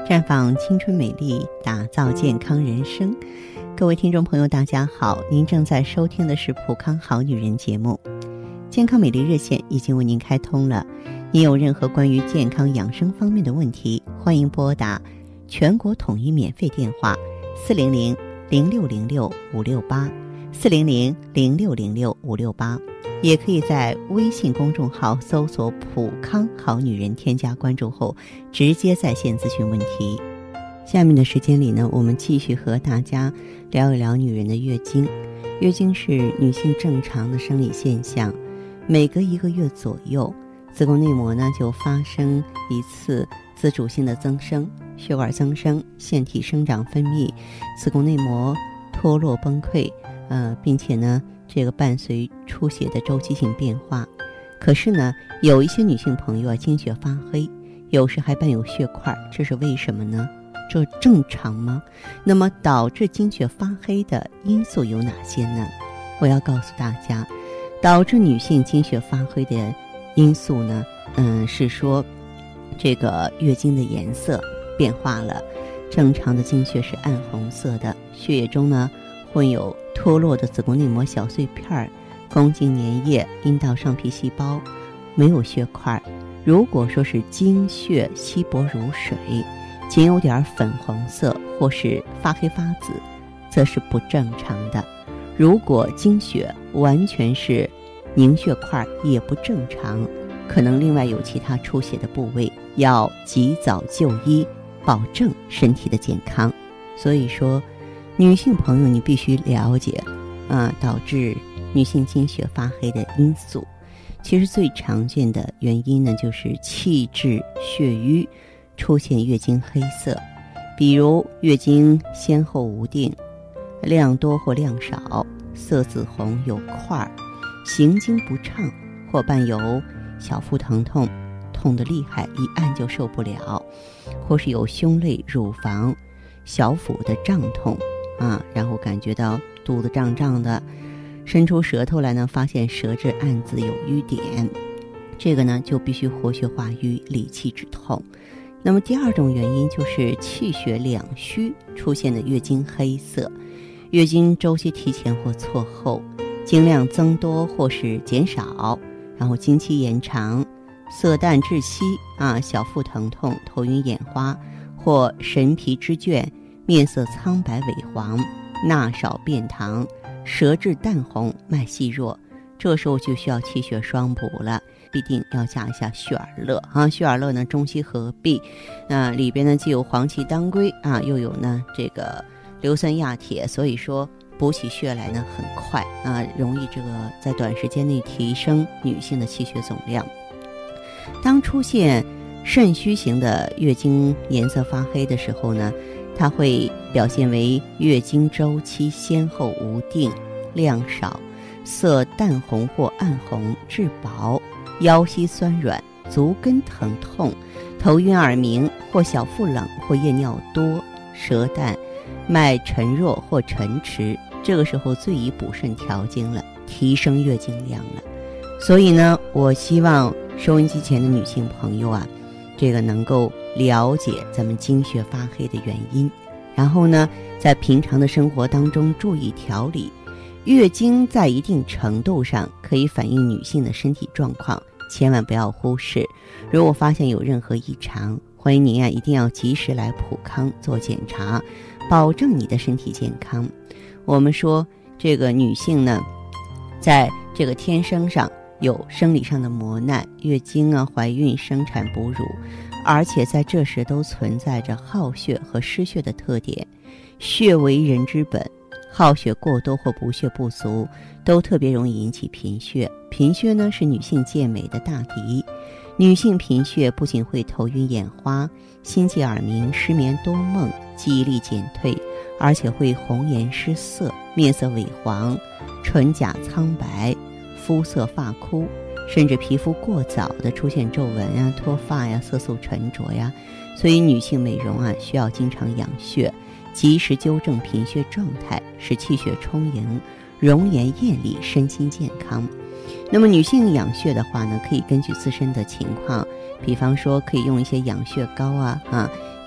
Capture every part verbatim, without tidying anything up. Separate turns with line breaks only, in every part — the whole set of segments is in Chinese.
绽放青春美丽，打造健康人生。各位听众朋友大家好，您正在收听的是普康好女人节目。健康美丽热线已经为您开通了，您有任何关于健康养生方面的问题，欢迎拨打全国统一免费电话四零零零六零六五六八四零零零六零六五六八，也可以在微信公众号搜索普康好女人，添加关注后直接在线咨询问题。下面的时间里呢，我们继续和大家聊一聊女人的月经。月经是女性正常的生理现象，每隔一个月左右，子宫内膜呢就发生一次自主性的增生，血管增生，腺体生长分泌，子宫内膜脱落崩溃，呃，并且呢这个伴随出血的周期性变化。可是呢，有一些女性朋友啊，经血发黑，有时还伴有血块，这是为什么呢？这正常吗？那么导致经血发黑的因素有哪些呢？我要告诉大家，导致女性经血发黑的因素呢，嗯，是说这个月经的颜色变化了。正常的经血是暗红色的，血液中呢混有脱落的子宫内膜小碎片、宫颈粘液、阴道上皮细胞，没有血块。如果说是经血稀薄如水，仅有点粉红色或是发黑发紫，则是不正常的。如果经血完全是凝血块，也不正常，可能另外有其他出血的部位，要及早就医，保证身体的健康。所以说女性朋友你必须了解啊，导致女性经血发黑的因素。其实最常见的原因呢，就是气滞血瘀出现月经黑色，比如月经先后无定，量多或量少，色紫红有块，行经不畅，或伴有小腹疼痛，痛得厉害，一按就受不了，或是有胸肋、乳房、小腹的胀痛啊，然后感觉到肚子胀胀的，伸出舌头来呢，发现舌质暗自有瘀点，这个呢就必须活血化瘀，理气止痛。那么第二种原因就是气血两虚出现的月经黑色，月经周期提前或错后，经量增多或是减少，然后经期延长，色淡窒息啊，小腹疼痛，头晕眼花，或神疲肢倦，面色苍白萎黄，纳少便溏，舌质淡红，脉细弱，这时候就需要气血双补了，必定要加一下血尔乐啊。血尔乐呢中西合璧，那、呃、里边呢既有黄芪当归啊，又有呢这个硫酸亚铁，所以说补起血来呢很快啊，容易这个在短时间内提升女性的气血总量。当出现肾虚型的月经颜色发黑的时候呢，它会表现为月经周期先后无定，量少，色淡红或暗红，质薄，腰膝酸软，足跟疼痛，头晕耳鸣，或小腹冷，或夜尿多，舌淡，脉沉弱或沉迟，这个时候最宜补肾调经了，提升月经量了。所以呢，我希望收音机前的女性朋友啊，这个能够了解咱们经血发黑的原因，然后呢，在平常的生活当中注意调理。月经在一定程度上可以反映女性的身体状况，千万不要忽视。如果发现有任何异常，欢迎您啊一定要及时来普康做检查，保证你的身体健康。我们说这个女性呢，在这个天生上有生理上的磨难，月经啊、怀孕、生产、哺乳，而且在这时都存在着耗血和失血的特点。血为人之本，耗血过多或补血不足都特别容易引起贫血。贫血呢是女性健美的大敌，女性贫血不仅会头晕眼花、心悸耳鸣、失眠多梦、记忆力减退，而且会红颜失色、面色萎黄、唇甲苍白、肤色发枯，甚至皮肤过早的出现皱纹啊、脱发呀、色素沉着呀。所以女性美容啊，需要经常养血，及时纠正贫血状态，使气血充盈，容颜艳丽，身心健康。那么女性养血的话呢，可以根据自身的情况，比方说可以用一些养血膏啊啊，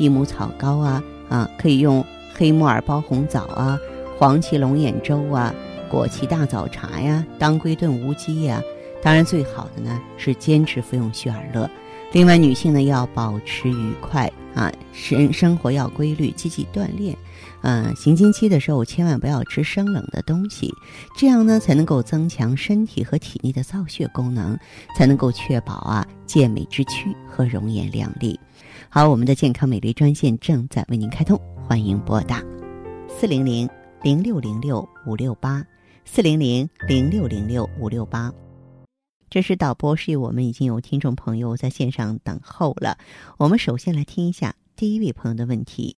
益母草膏啊，啊，可以用黑木耳包红枣啊、黄芪龙眼粥啊、果荠大枣茶呀、当归炖乌鸡呀。当然，最好的呢是坚持服用血尔乐。另外，女性呢要保持愉快啊，生生活要规律，积极锻炼。呃，行经期的时候千万不要吃生冷的东西，这样呢才能够增强身体和体内的造血功能，才能够确保啊健美之躯和容颜靓丽。好，我们的健康美丽专线正在为您开通，欢迎拨打四零零零六零六五六八四零零零六零六五六八。这是导播示意我们已经有听众朋友在线上等候了，我们首先来听一下第一位朋友的问题。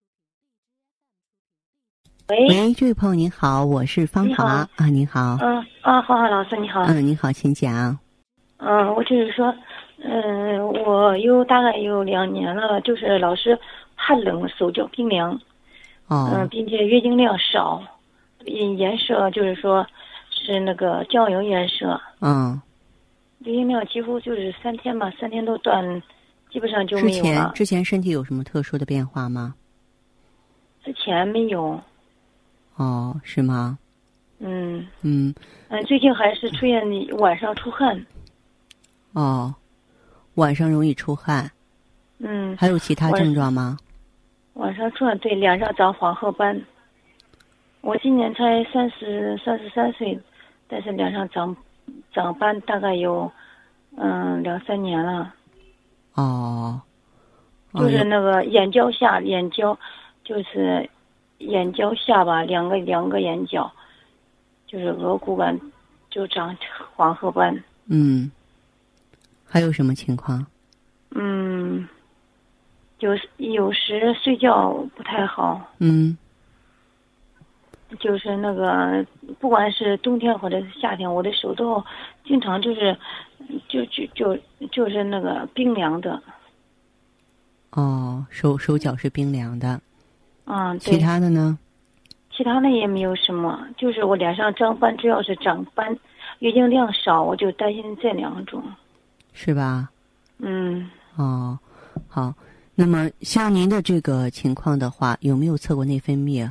喂，
喂，这位朋友您好，我是芳华啊，您好。
嗯啊，芳华老师你好。
嗯，您好，请讲。
嗯，我就是说，嗯，我有大概有两年了，就是老是怕冷，手脚冰凉。
哦。
嗯，并且月经量少，嗯，颜色就是说是那个酱油颜色。
嗯。
月经量几乎就是三天吧，三天都断，基本上就没有了。
之前之前身体有什么特殊的变化吗？
之前没有。
哦，是吗？
嗯
嗯
嗯，最近还是出现晚上出汗。
哦，晚上容易出汗。
嗯。
还有其他症状吗？
晚上出汗，对，脸上长黄褐斑。我今年才三十三十三岁，但是脸上长长斑大概有嗯两三年了。
哦。
就是那个眼角下，眼角就是眼角下巴两个两个眼角，就是额骨感就长黄褐斑。
嗯。还有什么情况？
嗯，有有时睡觉不太好。
嗯。
就是那个，不管是冬天或者是夏天，我的手都经常就是，就就就就是那个冰凉的。
哦，手手脚是冰凉的。
嗯，对。
其他的呢？
其他的也没有什么，就是我脸上长斑，主要是长斑，月经量少，我就担心这两种。
是吧？
嗯。
哦，好。那么像您的这个情况的话，有没有测过内分泌？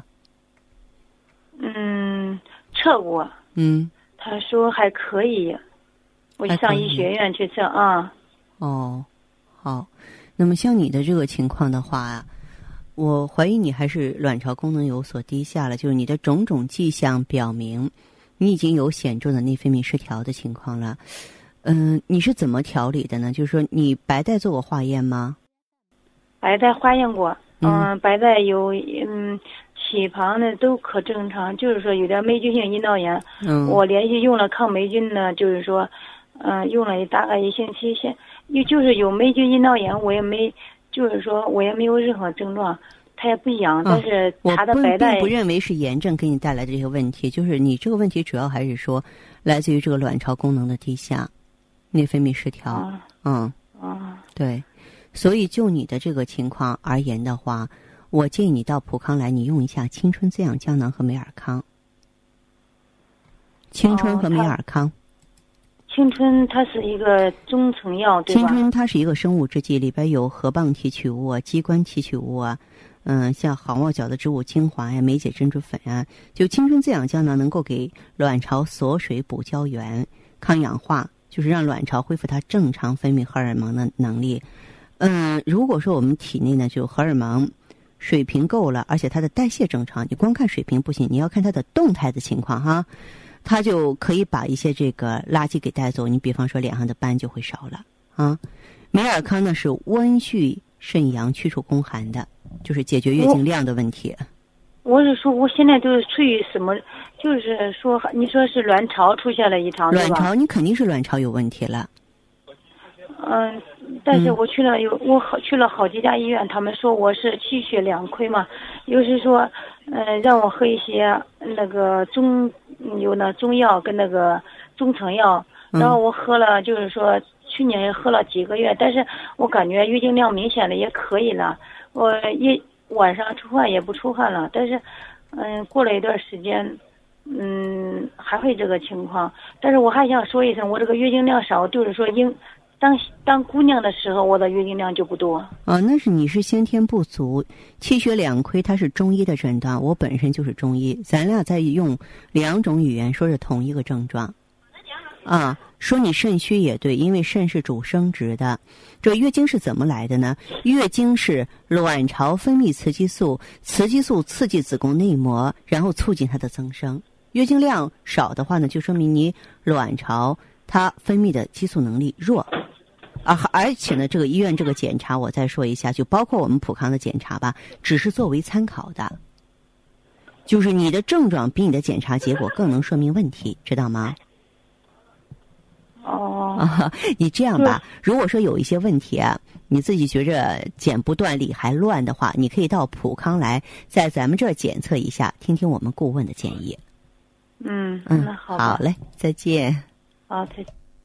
嗯，测过。
嗯。
他说还可以，我上医学院去测啊。
哦，好。那么像你的这个情况的话啊，我怀疑你还是卵巢功能有所低下了，就是你的种种迹象表明，你已经有显著的内分泌失调的情况了。嗯，你是怎么调理的呢？就是说，你白带做过化验吗？
白带化验过，嗯，
嗯
白带有嗯体旁的都可正常，就是说有点霉菌性阴道炎。
嗯。
我连续用了抗霉菌呢，就是说，嗯、呃，用了大概一星期，现又就是有霉菌阴道炎，我也没，就是说我也没有任何症状，它也不痒，但是它的白带。
我并不认为是炎症给你带来的这些问题，就是你这个问题主要还是说来自于这个卵巢功能的低下。内分泌失调。
啊、
嗯。
啊。
对。所以就你的这个情况而言的话，我建议你到普康来，你用一下青春滋养胶囊和美尔康。青春和美尔康。哦、
青春它是一个中成药，对吧？
青春它是一个生物制剂，里边有河蚌提取物啊、鸡冠提取物啊，嗯，像好望角的植物精华呀、梅姐珍珠粉啊。就青春滋养胶囊能够给卵巢锁水、补胶原、抗氧化，就是让卵巢恢复它正常分泌荷尔蒙的能力。嗯，如果说我们体内呢就荷尔蒙水平够了，而且它的代谢正常，你光看水平不行，你要看它的动态的情况哈，它就可以把一些这个垃圾给带走。你比方说脸上的斑就会少了啊。美尔康呢是温煦肾阳、祛除宫寒的，就是解决月经量的问题。
我, 我是说，我现在就是处于什么？就是说，你说是卵巢出现了异常，
卵巢，你肯定是卵巢有问题了。
嗯，但是我去了有、嗯、我去了好几家医院，他们说我是气血两亏嘛，又是说，嗯、呃，让我喝一些那个中有那中药跟那个中成药，然后我喝了，就是说去年也喝了几个月，但是我感觉月经量明显的也可以了，我一晚上出汗也不出汗了，但是，嗯，过了一段时间。嗯，还会这个情况，但是我还想说一声，我这个月经量少，就是说应当当姑娘的时候，我的月经量就不多。
啊，那是你是先天不足，气血两亏，它是中医的诊断。我本身就是中医，咱俩在用两种语言说是同一个症状。啊，说你肾虚也对，因为肾是主生殖的。这月经是怎么来的呢？月经是卵巢分泌雌激素，雌激素刺激子宫内膜，然后促进它的增生。月经量少的话呢，就说明你卵巢它分泌的激素能力弱。啊，而且呢，这个医院这个检查我再说一下，就包括我们普康的检查吧，只是作为参考的。就是你的症状比你的检查结果更能说明问题，知道吗？
哦，
啊，你这样吧，如果说有一些问题啊，你自己觉着剪不断理还乱的话，你可以到普康来，在咱们这儿检测一下，听听我们顾问的建议。
嗯
嗯，
那好，
好嘞，再见。
好，再见。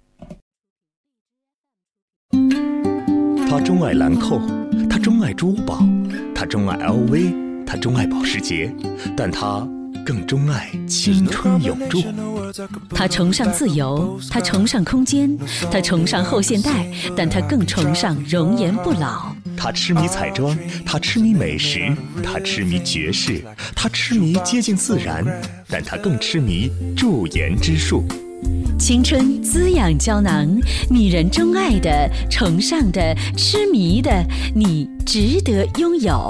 他钟爱兰蔻，他钟爱珠宝，他钟爱 L V， 他钟爱保时捷，但他更钟爱青春永驻。
他崇尚自由，他崇尚空间，他崇尚后现代，但他更崇尚容颜不老。
他痴迷彩妆，他痴迷美食，他痴迷爵士，他痴迷接近自然，但他更痴迷驻颜之术。
青春滋养胶囊，女人钟爱的、崇尚的、痴迷的，你值得拥有。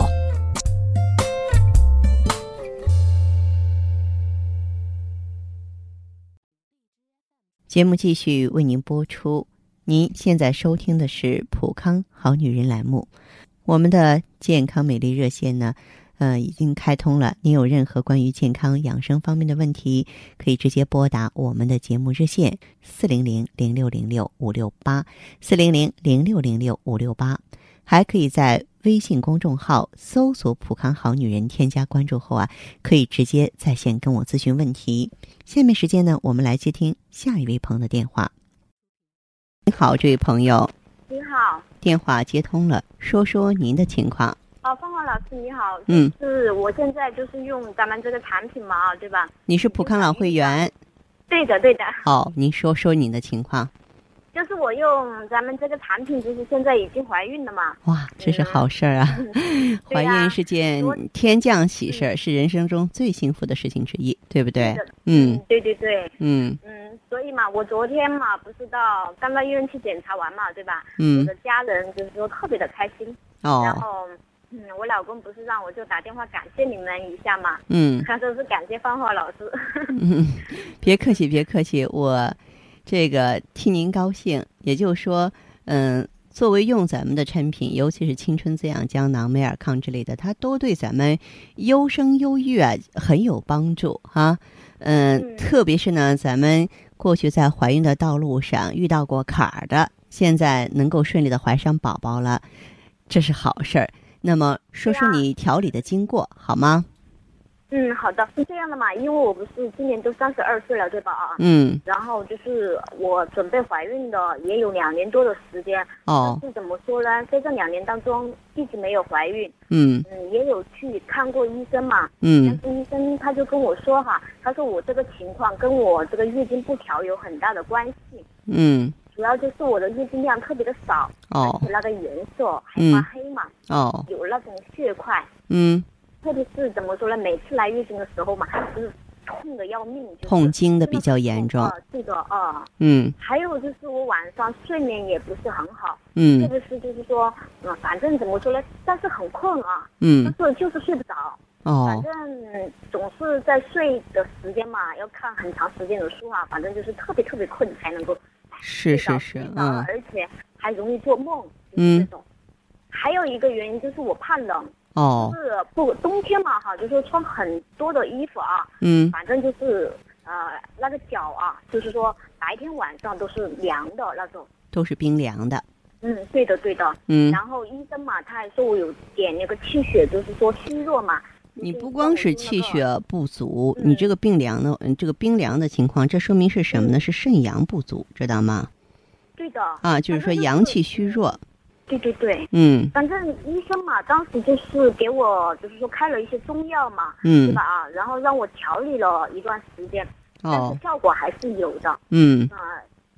节目继续为您播出。您现在收听的是普康好女人栏目，我们的健康美丽热线呢，呃，已经开通了。您有任何关于健康养生方面的问题，可以直接拨打我们的节目热线四零零零六零六五六八四零零零六零六五六八，还可以在微信公众号搜索普康好女人，添加关注后啊，可以直接在线跟我咨询问题。下面时间呢，我们来接听下一位朋友的电话。你好，这位朋友。
你好，
电话接通了，说说您的情况。
哦，芳华老师你好，
嗯，
是我现在就是用咱们这个产品嘛，对吧？
你是普康老会员。
对的，对的。
好，您说说您的情况。
就是我用咱们这个产品，就是现在已经怀孕了嘛。
哇，这是好事儿啊！嗯、怀孕是件天降喜事儿、嗯，是人生中最幸福的事情之一，对不对？
嗯，对对对。
嗯
嗯，所以嘛，我昨天嘛，不是到刚到医院去检查完嘛，对吧？
嗯。
我的家人就是说特别的开心。
哦。
然后，嗯，我老公不是让我就打电话感谢你们一下嘛。
嗯。
他说是感谢芳华老师。
嗯，别客气，别客气，我。这个替您高兴，也就是说，嗯，作为用咱们的产品，尤其是青春滋养胶囊、美尔康之类的，它都对咱们优生优育啊很有帮助哈。嗯，嗯特别是呢，咱们过去在怀孕的道路上遇到过坎儿的，现在能够顺利的怀上宝宝了，这是好事儿。那么，说说你调理的经过、啊、好吗？
嗯，好的，是这样的嘛，因为我不是今年都三十二岁了，对吧？啊，
嗯，
然后就是我准备怀孕的也有两年多的时间，
哦，
但是怎么说呢，在这两年当中一直没有怀孕，
嗯
嗯，也有去看过医生嘛，
嗯，
但是医生他就跟我说哈，他说我这个情况跟我这个月经不调有很大的关系，
嗯，
主要就是我的月经量特别的少，
哦，
而且那个颜色还发黑嘛，
嗯、哦，
有那种血块，
嗯。
特别是怎么说呢？每次来月经的时候嘛，就是痛的要命，就是、
痛经的比较严重。
这个啊，
嗯。
还有就是我晚上睡眠也不是很好。
嗯。
特别是就是说，嗯、呃，反正怎么说呢？但是很困啊。
嗯。
但是就是睡不着。
哦。
反正总是在睡的时间嘛，要看很长时间的书啊，反正就是特别特别困才能够。
是是是，
嗯。而且还容易做梦，就是这种。
嗯。
还有一个原因就是我怕冷。
哦，
就是不冬天嘛哈，就是说穿很多的衣服啊，
嗯，
反正就是呃那个脚啊，就是说白天晚上都是凉的那种，
都是冰凉的。
嗯，对的对的，
嗯，
然后医生嘛，他还说我有点那个气血，就是说虚弱嘛。
你不光是气血不足，嗯、你这个冰凉的，嗯，这个冰凉的情况，这说明是什么呢？嗯、是肾阳不足，知道吗？
对的。
啊，就是说阳气虚弱。
对对对，
嗯，
反正医生嘛，当时就是给我，就是说开了一些中药嘛，
嗯，
对吧？啊，然后让我调理了一段时间，
哦，
但是效果还是有的，
嗯，
啊、呃，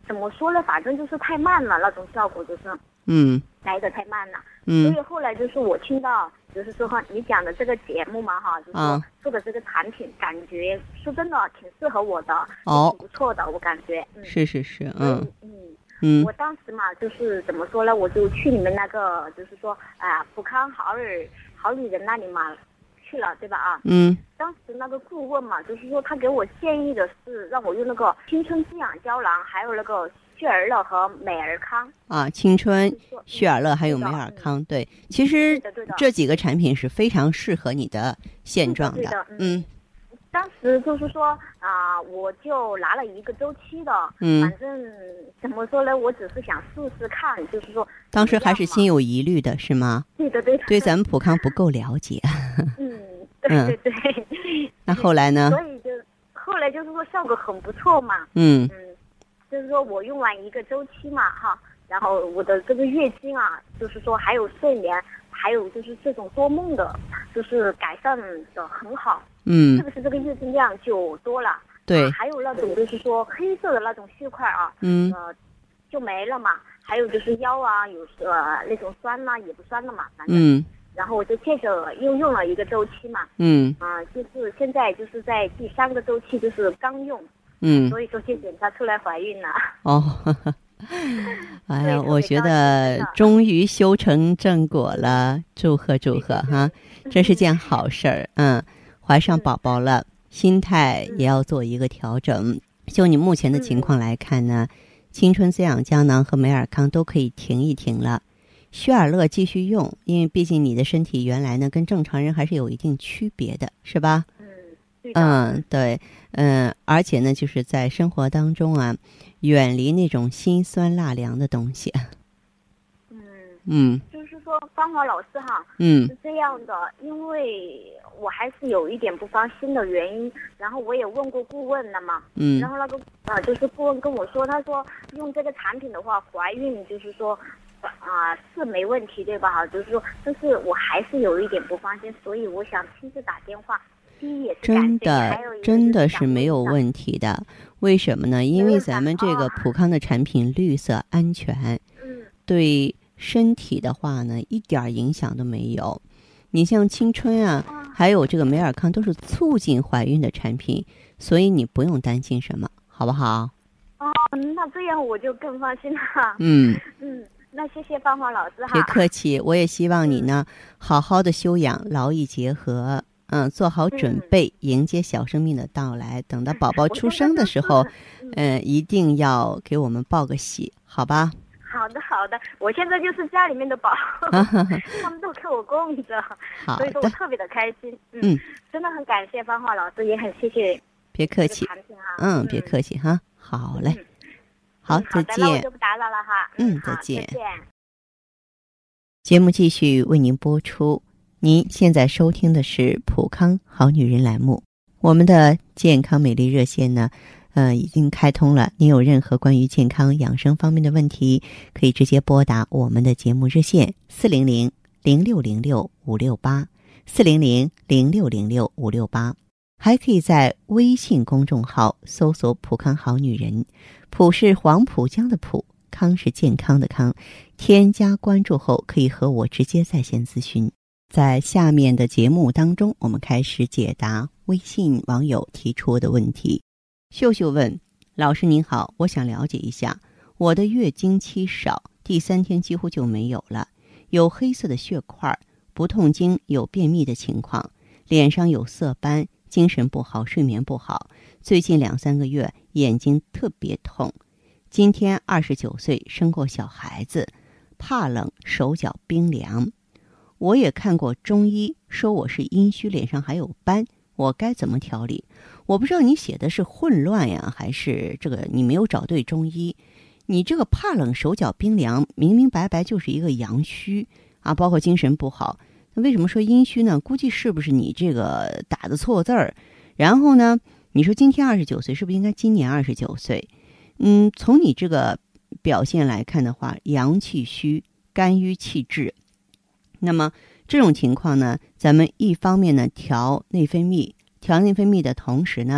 怎么说呢？反正就是太慢了，那种效果就是，
嗯，
来的太慢了。
嗯，
所以后来就是我听到，就是说哈，你讲的这个节目嘛哈，就是说做的这个产品，感觉说真的挺适合我的，
哦，
挺不错的，我感觉。嗯、
是是是，嗯
嗯
嗯，
我当时嘛，就是怎么说呢？我就去你们那个，就是说啊、呃，普康好女好女人那里嘛去了，对吧？啊，
嗯，
当时那个顾问嘛，就是说他给我建议的是让我用那个青春滋养胶囊，还有那个血尔乐和美尔康
啊，青春、血尔乐还有美尔康，对，其实这几个产品是非常适合你的现状的，
对的，
嗯。
当时就是说啊、呃，我就拿了一个周期的，
嗯，
反正怎么说呢，我只是想试试看，就是说
当时还是心有疑虑的，是吗？
对的，对的，
对咱们普康不够了解。
嗯，对对对。
嗯、那后来呢？
所以就后来就是说效果很不错嘛。
嗯
嗯，就是说我用完一个周期嘛，哈，然后我的这个月经啊，就是说还有睡眠，还有就是这种多梦的，就是改善的很好。
嗯，
是不是这个月经量就多了？
对、
啊，还有那种就是说黑色的那种血块啊，
嗯，
呃，就没了嘛。还有就是腰啊，有呃那种酸呐、啊、也不酸了嘛，反正。
嗯。
然后我就接着又用了一个周期嘛。
嗯。
啊、呃，就是现在就是在第三个周期，就是刚用。
嗯。
所以说就检查出来怀孕了。
哦。呵呵哎呀，我觉得终于修成正果了，祝贺祝贺哈！这是件好事儿，嗯。怀上宝宝了，心态也要做一个调整。就你目前的情况来看呢，青春滋养胶囊和美尔康都可以停一停了，血尔乐继续用，因为毕竟你的身体原来呢跟正常人还是有一定区别的，是吧？
嗯，对的。
嗯，对，嗯，而且呢，就是在生活当中啊，远离那种辛酸辣凉的东西。
嗯
嗯，
就是说芳华老师哈，
嗯，
是这样的，因为我还是有一点不放心的原因，然后我也问过顾问了嘛，
嗯，
然后那个啊、呃，就是顾问跟我说，他说用这个产品的话，怀孕就是说啊、呃、是没问题对吧？哈，就是说，但是我还是有一点不放心，所以我想亲自打电话。第一也是
真的，真的是没有问题的。为什么呢？因为咱们这个普康的产品绿色、安全，
嗯，
对身体的话呢，一点影响都没有。你像青春啊，还有这个美尔康都是促进怀孕的产品，所以你不用担心什么，好不好？
哦，那这样我就更放心了。
嗯
嗯，那谢谢芳华老师哈。
别客气，我也希望你呢，好好的休养，劳逸结合。嗯，做好准备，迎接小生命的到来。等到宝宝出生的时候，嗯、呃，一定要给我们报个喜，好吧？
好的，好的。我现在就是家里面的宝，他们都给我供着，所以说我特别的开心。嗯，嗯真的很感谢芳华老师，也很谢谢。
别客气，嗯，别客气哈。好嘞，嗯、好，再见。
那我就不打扰了哈。
嗯，再见。
再见。
节目继续为您播出。您现在收听的是普康好女人栏目，我们的健康美丽热线呢，呃，已经开通了。您有任何关于健康养生方面的问题，可以直接拨打我们的节目热线四零零零六零六五六八四零零零六零六五六八，还可以在微信公众号搜索普康好女人，普是黄浦江的浦，康是健康的康，添加关注后可以和我直接在线咨询。在下面的节目当中，我们开始解答微信网友提出的问题。秀秀问：老师您好，我想了解一下，我的月经期少，第三天几乎就没有了，有黑色的血块，不痛经，有便秘的情况，脸上有色斑，精神不好，睡眠不好，最近两三个月眼睛特别痛。今天二十九岁，生过小孩子，怕冷，手脚冰凉。我也看过中医，说我是阴虚，脸上还有斑，我该怎么调理？我不知道你写的是混乱呀，还是这个你没有找对中医。你这个怕冷手脚冰凉，明明白白就是一个阳虚啊，包括精神不好。那为什么说阴虚呢？估计是不是你这个打的错字儿？然后呢，你说今天二十九岁，是不是应该今年二十九岁？嗯，从你这个表现来看的话，阳气虚，肝郁气滞。那么这种情况呢，咱们一方面呢调内分泌，调内分泌的同时呢，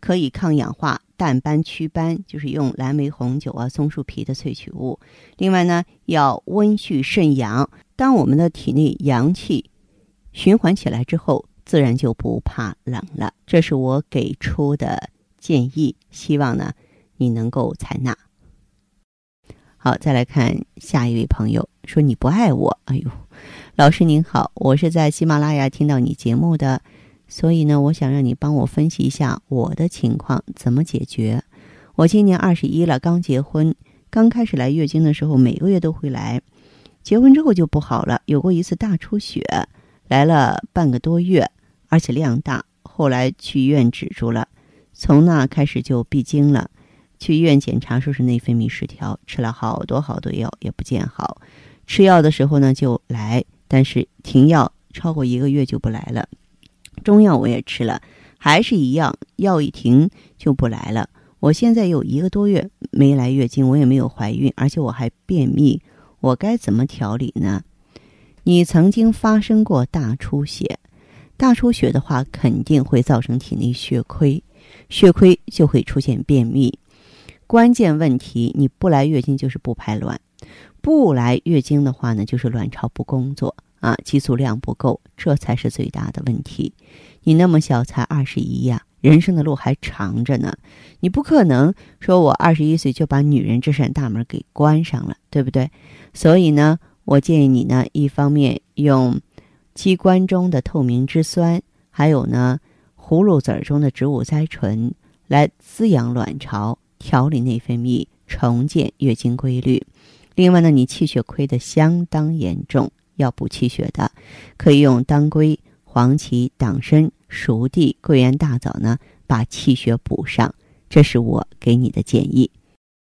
可以抗氧化、淡斑祛斑，就是用蓝莓红酒啊、松树皮的萃取物。另外呢，要温煦肾阳。当我们的体内阳气循环起来之后，自然就不怕冷了。这是我给出的建议，希望呢你能够采纳。好，再来看下一位朋友说你不爱我。哎呦，老师您好，我是在喜马拉雅听到你节目的，所以呢我想让你帮我分析一下我的情况怎么解决。我今年二十一了，刚结婚，刚开始来月经的时候每个月都会来，结婚之后就不好了，有过一次大出血，来了半个多月，而且量大，后来去医院止住了，从那开始就闭经了。去医院检查说是内分泌失调，吃了好多好多药也不见好，吃药的时候呢就来，但是停药超过一个月就不来了。中药我也吃了，还是一样，药一停就不来了。我现在有一个多月没来月经，我也没有怀孕，而且我还便秘，我该怎么调理呢？你曾经发生过大出血，大出血的话肯定会造成体内血亏，血亏就会出现便秘。关键问题，你不来月经就是不排卵，不来月经的话呢，就是卵巢不工作啊，激素量不够，这才是最大的问题。你那么小，才二十一呀，人生的路还长着呢，你不可能说我二十一岁就把女人这扇大门给关上了，对不对？所以呢，我建议你呢，一方面用鸡冠中的透明质酸，还有呢葫芦籽中的植物甾醇来滋养卵巢，调理内分泌，重建月经规律。另外呢，你气血亏得相当严重，要补气血的，可以用当归、黄芪、党参、熟地、桂圆、大枣呢，把气血补上。这是我给你的建议。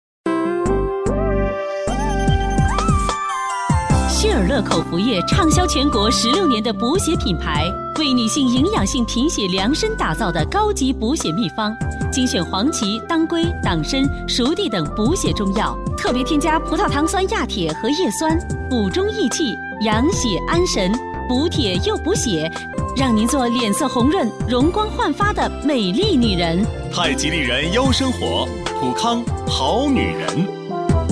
希尔乐口服液畅销全国十六年的补血品牌，为女性营养性贫血量身打造的高级补血秘方，精选黄芪、当归、党参、熟地等补血中药，特别添加葡萄糖酸亚铁和叶酸，补中益气，养血安神，补铁又补血，让您做脸色红润、容光焕发的美丽女人。
太极丽人优生活，普康好女人。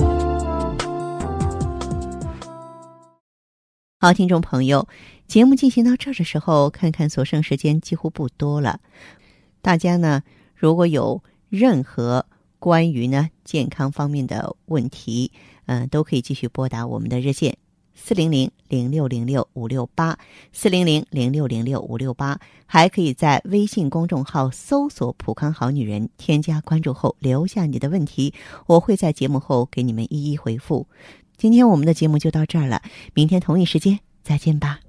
好，听众朋友，节目进行到这儿的时候，看看所剩时间几乎不多了。大家呢，如果有任何关于呢健康方面的问题，嗯、呃，都可以继续拨打我们的热线四零零零六零六五六八四零零零六零六五六八，还可以在微信公众号搜索“普康好女人”，添加关注后留下你的问题，我会在节目后给你们一一回复。今天我们的节目就到这儿了，明天同一时间再见吧。